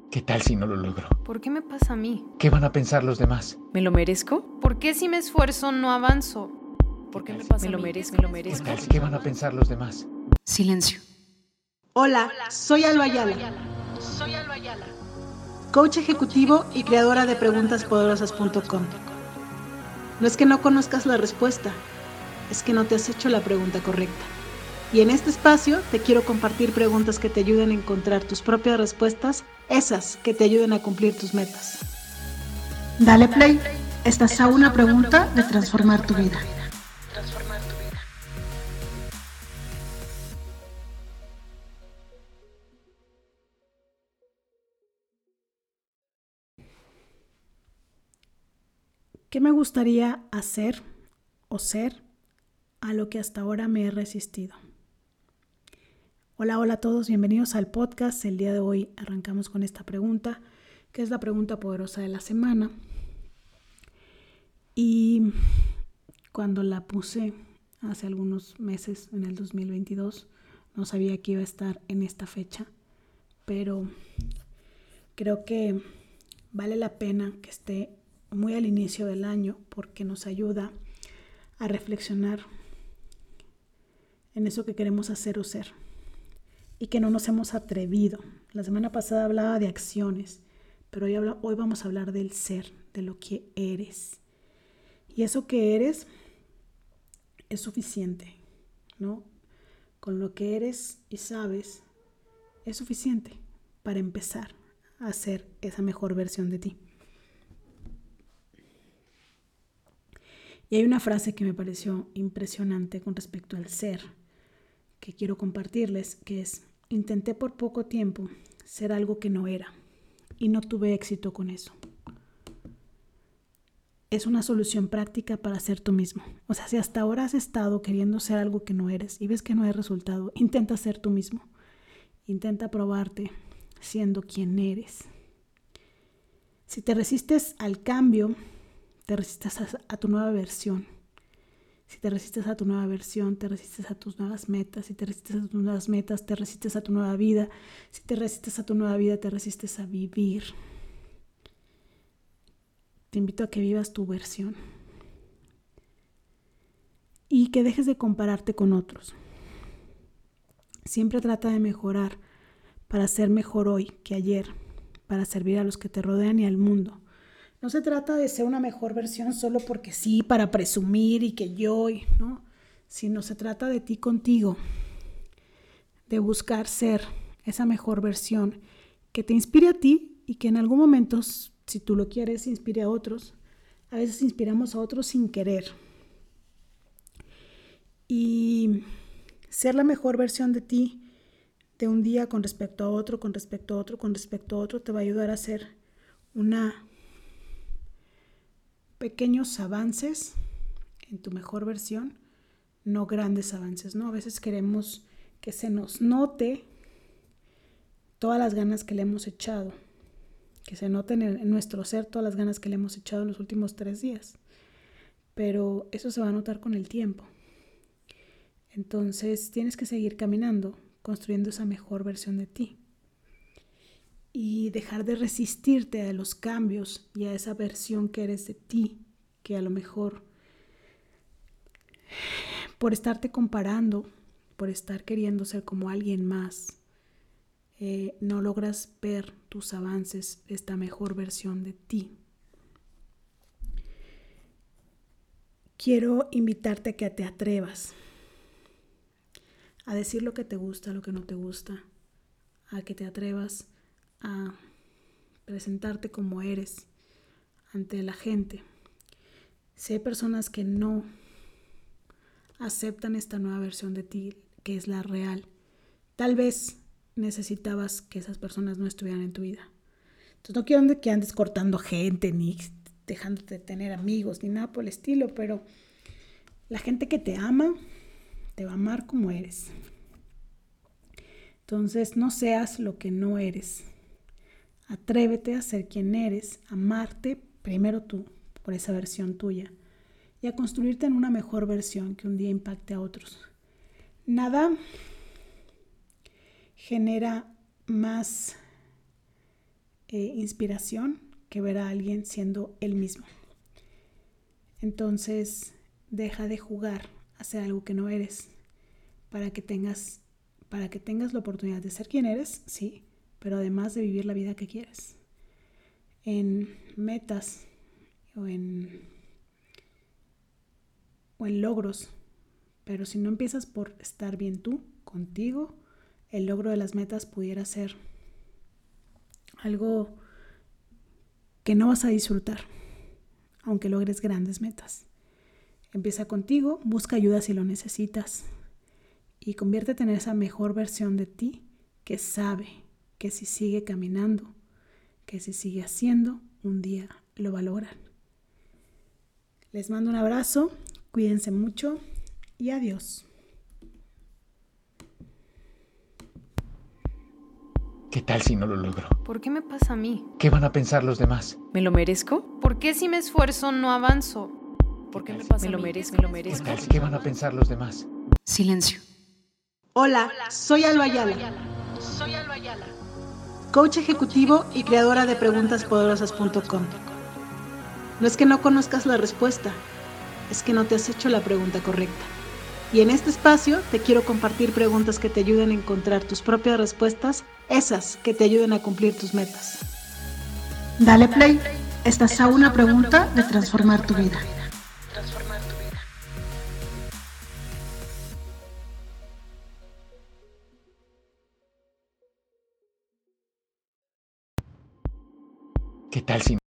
¿Qué tal si no lo logro? ¿Por qué me pasa a mí? ¿Qué van a pensar los demás? ¿Me lo merezco? ¿Por qué si me esfuerzo no avanzo? ¿Por qué me pasa a mí? ¿Me lo merezco? ¿Qué van a pensar los demás? Silencio. Hola, soy Alba Ayala, coach ejecutivo y creadora de preguntaspoderosas.com. No es que no conozcas la respuesta, es que no te has hecho la pregunta correcta. Y en este espacio te quiero compartir preguntas que te ayuden a encontrar tus propias respuestas, esas que te ayuden a cumplir tus metas. Dale play, estás a una pregunta de transformar tu vida. ¿Qué me gustaría hacer o ser a lo que hasta ahora me he resistido? Hola a todos, bienvenidos al podcast. El día de hoy arrancamos con esta pregunta, que es la pregunta poderosa de la semana. Y cuando la puse hace algunos meses, en el 2022, no sabía que iba a estar en esta fecha, pero creo que vale la pena que esté muy al inicio del año porque nos ayuda a reflexionar en eso que queremos hacer o ser y que no nos hemos atrevido. La semana pasada hablaba de acciones, pero hoy vamos a hablar del ser, de lo que eres. Y eso que eres es suficiente, ¿no? Con lo que eres y sabes es suficiente para empezar a ser esa mejor versión de ti. Y hay una frase que me pareció impresionante con respecto al ser, que quiero compartirles, que es: intenté por poco tiempo ser algo que no era y no tuve éxito con eso. Es una solución práctica para ser tú mismo. O sea, si hasta ahora has estado queriendo ser algo que no eres y ves que no hay resultado, intenta ser tú mismo. Intenta probarte siendo quien eres. Si te resistes al cambio, te resistes a tu nueva versión. Si te resistes a tu nueva versión, te resistes a tus nuevas metas. Si te resistes a tus nuevas metas, te resistes a tu nueva vida. Si te resistes a tu nueva vida, te resistes a vivir. Te invito a que vivas tu versión y que dejes de compararte con otros. Siempre trata de mejorar para ser mejor hoy que ayer, para servir a los que te rodean y al mundo. No se trata de ser una mejor versión solo porque sí, para presumir y que yo, ¿no? Sino se trata de ti contigo, de buscar ser esa mejor versión que te inspire a ti y que en algún momento, si tú lo quieres, inspire a otros. A veces inspiramos a otros sin querer. Y ser la mejor versión de ti de un día con respecto a otro, con respecto a otro, con respecto a otro, te va a ayudar a hacer pequeños avances en tu mejor versión, no grandes avances, ¿no? A veces queremos que se nos note todas las ganas que le hemos echado, que se noten en nuestro ser todas las ganas que le hemos echado en los últimos 3 días. Pero eso se va a notar con el tiempo. Entonces tienes que seguir caminando, construyendo esa mejor versión de ti. Y dejar de resistirte a los cambios y a esa versión que eres de ti, que a lo mejor por estarte comparando, por estar queriendo ser como alguien más, no logras ver tus avances de esta mejor versión de ti. Quiero invitarte a que te atrevas a decir lo que te gusta, lo que no te gusta, a que te atrevas a presentarte como eres ante la gente. Si hay personas que no aceptan esta nueva versión de ti, que es la real, tal vez necesitabas que esas personas no estuvieran en tu vida. Entonces no quiero que andes cortando gente, ni dejándote de tener amigos, ni nada por el estilo, pero la gente que te ama, te va a amar como eres. Entonces no seas lo que no eres. Atrévete a ser quien eres, amarte primero tú, por esa versión tuya, y a construirte en una mejor versión que un día impacte a otros. Nada genera más inspiración que ver a alguien siendo él mismo. Entonces, deja de jugar a ser algo que no eres para que tengas la oportunidad de ser quien eres, sí, pero además de vivir la vida que quieres. En metas o en logros, pero si no empiezas por estar bien tú, contigo, el logro de las metas pudiera ser algo que no vas a disfrutar, aunque logres grandes metas. Empieza contigo, busca ayuda si lo necesitas y conviértete en esa mejor versión de ti que sabe que si sigue caminando, que si sigue haciendo, un día lo va a lograr. Les mando un abrazo, cuídense mucho y adiós. ¿Qué tal si no lo logro? ¿Por qué me pasa a mí? ¿Qué van a pensar los demás? ¿Me lo merezco? ¿Por qué si me esfuerzo no avanzo? ¿Por qué me pasa a mí? Me lo merezco. ¿Qué tal qué van a pensar los demás? Silencio. Hola, soy Alba Ayala, coach ejecutivo y creadora de preguntaspoderosas.com. No es que no conozcas la respuesta, es que no te has hecho la pregunta correcta. Y en este espacio te quiero compartir preguntas que te ayuden a encontrar tus propias respuestas, esas que te ayuden a cumplir tus metas. Dale play, estás a una pregunta de transformar tu vida. ¿Qué tal si